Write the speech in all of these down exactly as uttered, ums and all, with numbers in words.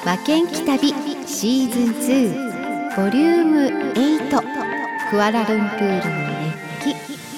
負けん気旅シーズンツーボリュームエイトクアラルンプールの熱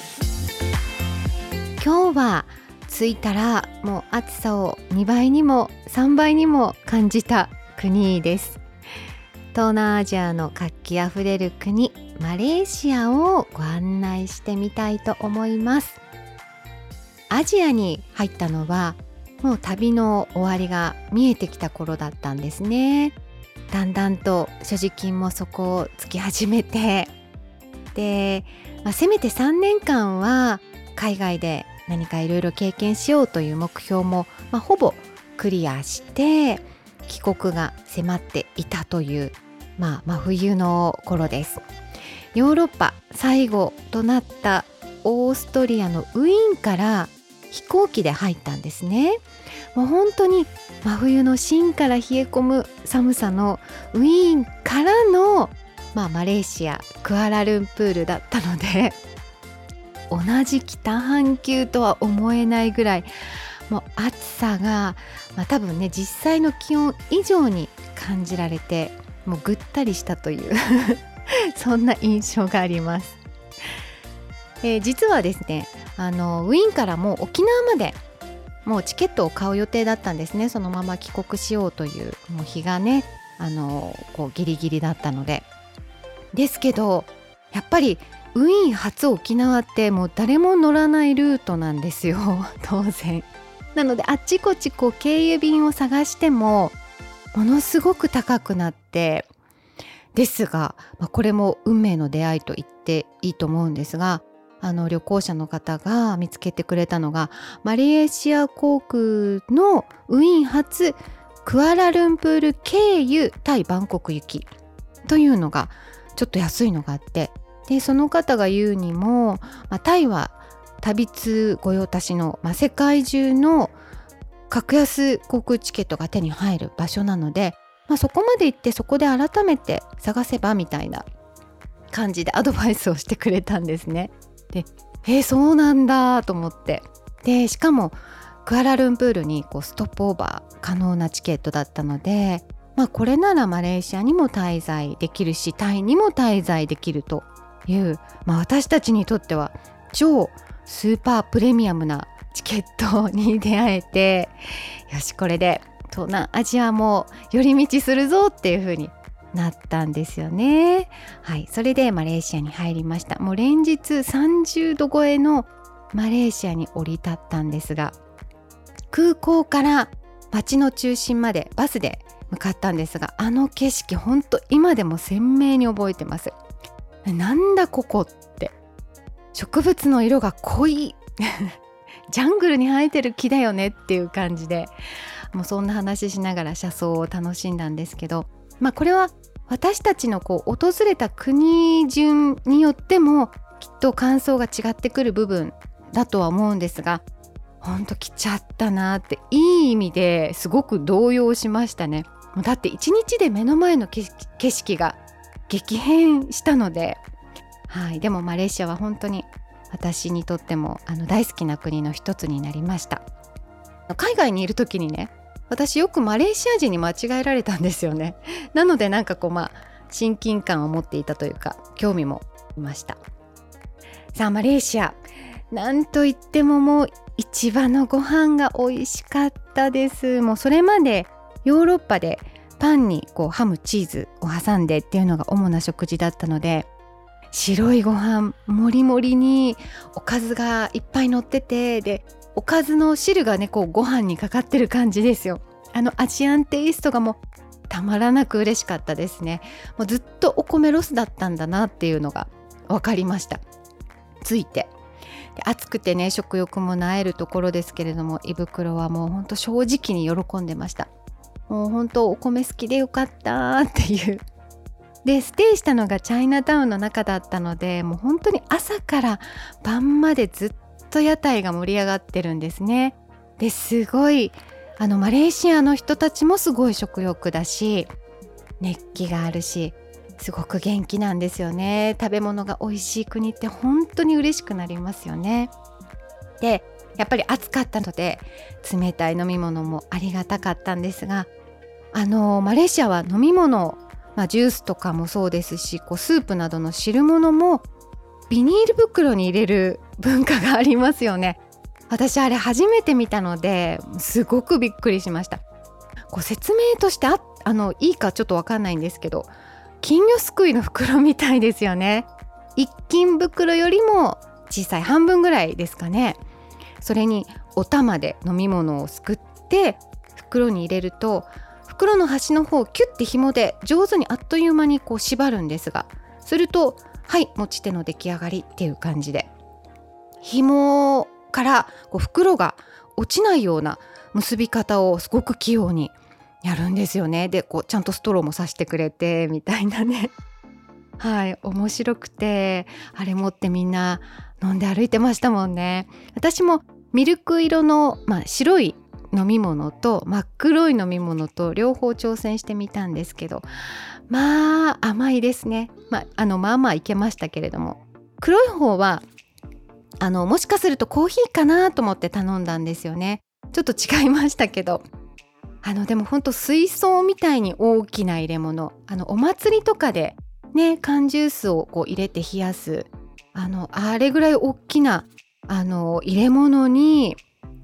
気。今日は着いたらもう暑さをにばいにもさんばいにも感じた国です。東南アジアの活気あふれる国マレーシアをご案内してみたいと思います。アジアに入ったのはもう旅の終わりが見えてきた頃だったんですね。だんだんと所持金も底をつき始めて、で、まあ、せめてさんねんかんは海外で何かいろいろ経験しようという目標も、まあ、ほぼクリアして帰国が迫っていたという、まあ、真冬の頃です。ヨーロッパ最後となったオーストリアのウィーンから飛行機で入ったんですね。もう本当に真冬の芯から冷え込む寒さのウィーンからの、まあ、マレーシアクアラルンプールだったので、同じ北半球とは思えないぐらいもう暑さが、まあ、多分ね実際の気温以上に感じられて、もうぐったりしたというそんな印象があります。えー、実はですねあのウィーンからもう沖縄までもうチケットを買う予定だったんですね。そのまま帰国しようというもう日がねあのこうギリギリだったので。ですけどやっぱりウィーン発沖縄ってもう誰も乗らないルートなんですよ当然。なのであっちこっちこう経由便を探してもものすごく高くなって、ですが、まあ、これも運命の出会いと言っていいと思うんですが、あの旅行者の方が見つけてくれたのがマレーシア航空のウィーン発クアラルンプール経由対バンコク行きというのがちょっと安いのがあって、でその方が言うにも、まあ、タイは旅通御用達の、まあ、世界中の格安航空チケットが手に入る場所なので、まあ、そこまで行ってそこで改めて探せばみたいな感じでアドバイスをしてくれたんですね。で、えー、そうなんだと思って、でしかもクアラルンプールにこうストップオーバー可能なチケットだったので、まあ、これならマレーシアにも滞在できるしタイにも滞在できるという、まあ、私たちにとっては超スーパープレミアムなチケットに出会えて、よしこれで東南アジアも寄り道するぞっていう風になったんですよね。はい、それでマレーシアに入りました。もう連日さんじゅうど超えのマレーシアに降り立ったんですが、空港から街の中心までバスで向かったんですが、あの景色本当今でも鮮明に覚えてます。なんだここって、植物の色が濃いジャングルに生えてる木だよねっていう感じで、もうそんな話しながら車窓を楽しんだんですけど、まあこれは私たちのこう訪れた国順によってもきっと感想が違ってくる部分だとは思うんですが、ほんと来ちゃったなっていい意味ですごく動揺しましたね。だって一日で目の前の景色、景色が激変したので、はい、でもマレーシアは本当に私にとってもあの大好きな国の一つになりました。海外にいる時にね、私よくマレーシア人に間違えられたんですよね。なのでなんかこうまあ親近感を持っていたというか興味もいました。さあマレーシア、なんといってももう市場のご飯が美味しかったです。もうそれまでヨーロッパでパンにこうハムチーズを挟んでっていうのが主な食事だったので、白いご飯もりもりにおかずがいっぱい乗ってて、でおかずの汁がねこうご飯にかかってる感じですよ。あのアジアンテイストがもうたまらなく嬉しかったですね。もうずっとお米ロスだったんだなっていうのが分かりました。ついてで暑くてね食欲もなえるところですけれども、胃袋はもうほんと正直に喜んでました。もうほんとお米好きでよかったっていう。でステイしたのがチャイナタウンの中だったので、もう本当に朝から晩までずっと屋台が盛り上がってるんですね。ですごいあのマレーシアの人たちもすごい食欲だし熱気があるし、すごく元気なんですよね。食べ物が美味しい国って本当に嬉しくなりますよね。でやっぱり暑かったので冷たい飲み物もありがたかったんですが、 あのマレーシアは飲み物、まあ、ジュースとかもそうですし、こうスープなどの汁物もビニール袋に入れる文化がありますよね。私あれ初めて見たのですごくびっくりしました。こう説明としてああのいいかちょっと分かんないんですけど、金魚すくいの袋みたいですよね。一斤袋よりも小さい半分ぐらいですかね。それにお玉で飲み物をすくって袋に入れると、袋の端の方をキュッて紐で上手にあっという間にこう縛るんですが、するとはい持ち手の出来上がりっていう感じで、紐からこう袋が落ちないような結び方をすごく器用にやるんですよね。でこうちゃんとストローもさしてくれてみたいなねはい、面白くて、あれ持ってみんな飲んで歩いてましたもんね。私もミルク色の、まあ、白い飲み物と真っ黒い飲み物と両方挑戦してみたんですけど、まあ甘いですね。まあ、あのまあまあいけましたけれども、黒い方はあのもしかするとコーヒーかなと思って頼んだんですよね。ちょっと違いましたけど、あのでも本当水槽みたいに大きな入れ物、あのお祭りとかでね缶ジュースをこう入れて冷やす、あのあれぐらい大きなあの入れ物に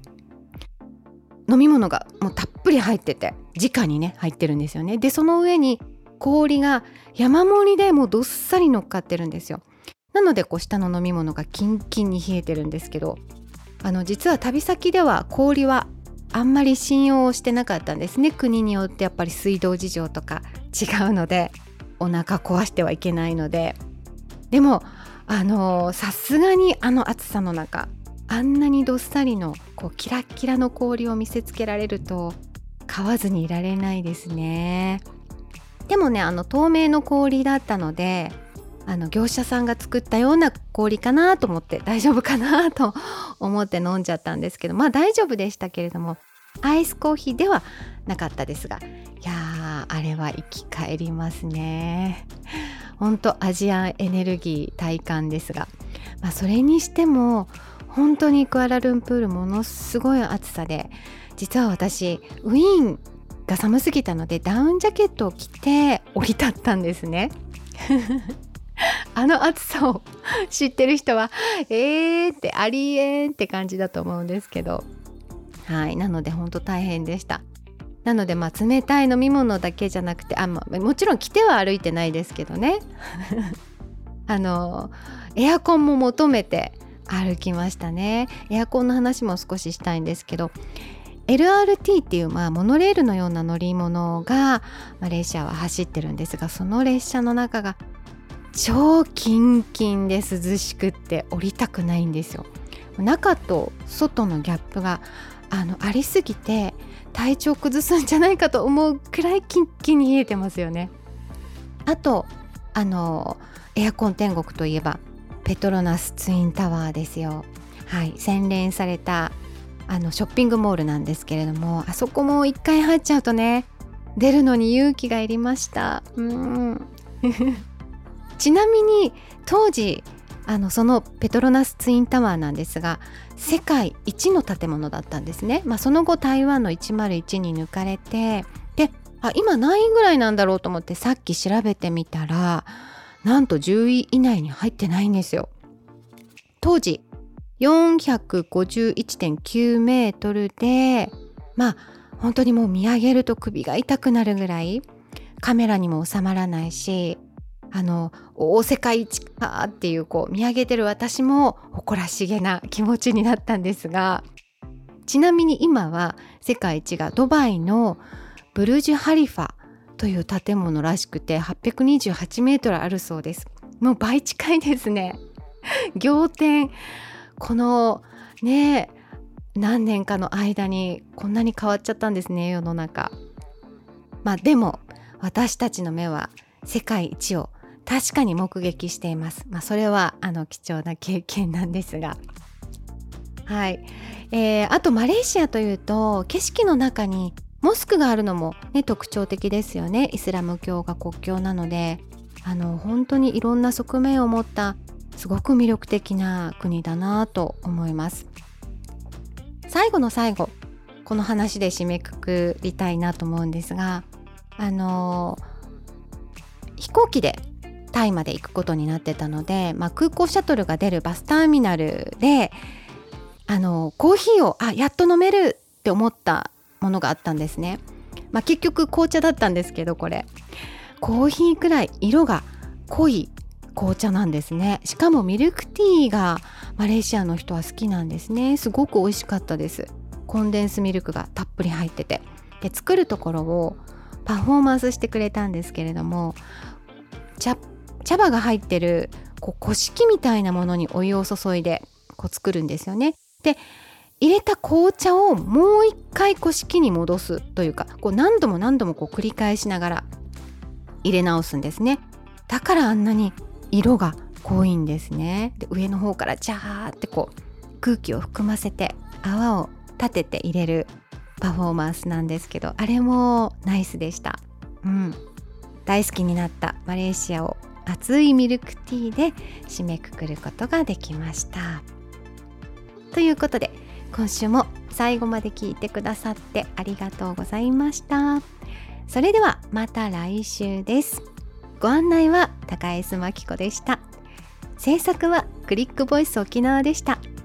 飲み物がもうたっぷり入ってて、直にね入ってるんですよね。でその上に氷が山盛りでもうどっさり乗っかってるんですよ。なのでこう下の飲み物がキンキンに冷えてるんですけど、あの実は旅先では氷はあんまり信用してなかったんですね。国によってやっぱり水道事情とか違うので、お腹壊してはいけないので。でもあのさすがにあの暑さの中、あんなにどっさりのこうキラッキラの氷を見せつけられると買わずにいられないですね。でもね、あの透明の氷だったので、あの業者さんが作ったような氷かなと思って大丈夫かなと思って飲んじゃったんですけど、まあ大丈夫でしたけれども、アイスコーヒーではなかったですが、いやーあれは生き返りますね。本当アジアエネルギー体感ですが、まあ、それにしても本当にクアラルンプールものすごい暑さで、実は私ウィーンが寒すぎたのでダウンジャケットを着て降り立ったんですねあの暑さを知ってる人はえーってありえんって感じだと思うんですけど、はい、なので本当大変でした。なのでまあ冷たい飲み物だけじゃなくて、あ、まあ、もちろん着ては歩いてないですけどねあのエアコンも求めて歩きましたね。エアコンの話も少ししたいんですけど、 エルアールティー っていう、まあ、モノレールのような乗り物がマレーシアは走ってるんですが、その列車の中が超キンキンで涼しくって降りたくないんですよ。中と外のギャップが あのありすぎて体調崩すんじゃないかと思うくらいキンキンに冷えてますよね。あとあのエアコン天国といえばペトロナスツインタワーですよ。はい、洗練されたあのショッピングモールなんですけれども、あそこも一回入っちゃうとね、出るのに勇気がいりました。うーんちなみに当時あのそのペトロナスツインタワーなんですが、世界一の建物だったんですね。まあ、その後台湾のいちまるいちに抜かれて、であ今何位ぐらいなんだろうと思ってさっき調べてみたら、なんとじゅうい以内に入ってないんですよ。当時 よんひゃくごじゅういってんきゅうメートルで、まあ本当にもう見上げると首が痛くなるぐらい、カメラにも収まらないし、あの大世界一かっていう、こう見上げてる私も誇らしげな気持ちになったんですが、ちなみに今は世界一がドバイのブルジュハリファという建物らしくてはっぴゃくにじゅうはちメートルあるそうです。もう倍近いですね仰天、このね何年かの間にこんなに変わっちゃったんですね、世の中。まあでも私たちの目は世界一を確かに目撃しています。まあ、それはあの貴重な経験なんですが、はい、えー、あとマレーシアというと景色の中にモスクがあるのも、ね、特徴的ですよね。イスラム教が国教なので、あの本当にいろんな側面を持ったすごく魅力的な国だなと思います。最後の最後、この話で締めくくりたいなと思うんですが、 あの飛行機でタイまで行くことになってたので、まあ、空港シャトルが出るバスターミナルであのコーヒーをあやっと飲めるって思ったものがあったんですね。まあ、結局紅茶だったんですけど、これコーヒーくらい色が濃い紅茶なんですね。しかもミルクティーがマレーシアの人は好きなんですね。すごく美味しかったです。コンデンスミルクがたっぷり入ってて、で作るところをパフォーマンスしてくれたんですけれども、茶茶葉が入ってるこう古式みたいなものにお湯を注いでこう作るんですよね。で入れた紅茶をもう一回古式に戻すというか、こう何度も何度もこう繰り返しながら入れ直すんですね。だからあんなに色が濃いんですね。で上の方からジャーってこう空気を含ませて泡を立てて入れるパフォーマンスなんですけど、あれもナイスでした。うん、大好きになったマレーシアを熱いミルクティーで締めくくることができました。ということで今週も最後まで聞いてくださってありがとうございました。それではまた来週です。ご案内は高江須真紀子でした。制作はクリックボイス沖縄でした。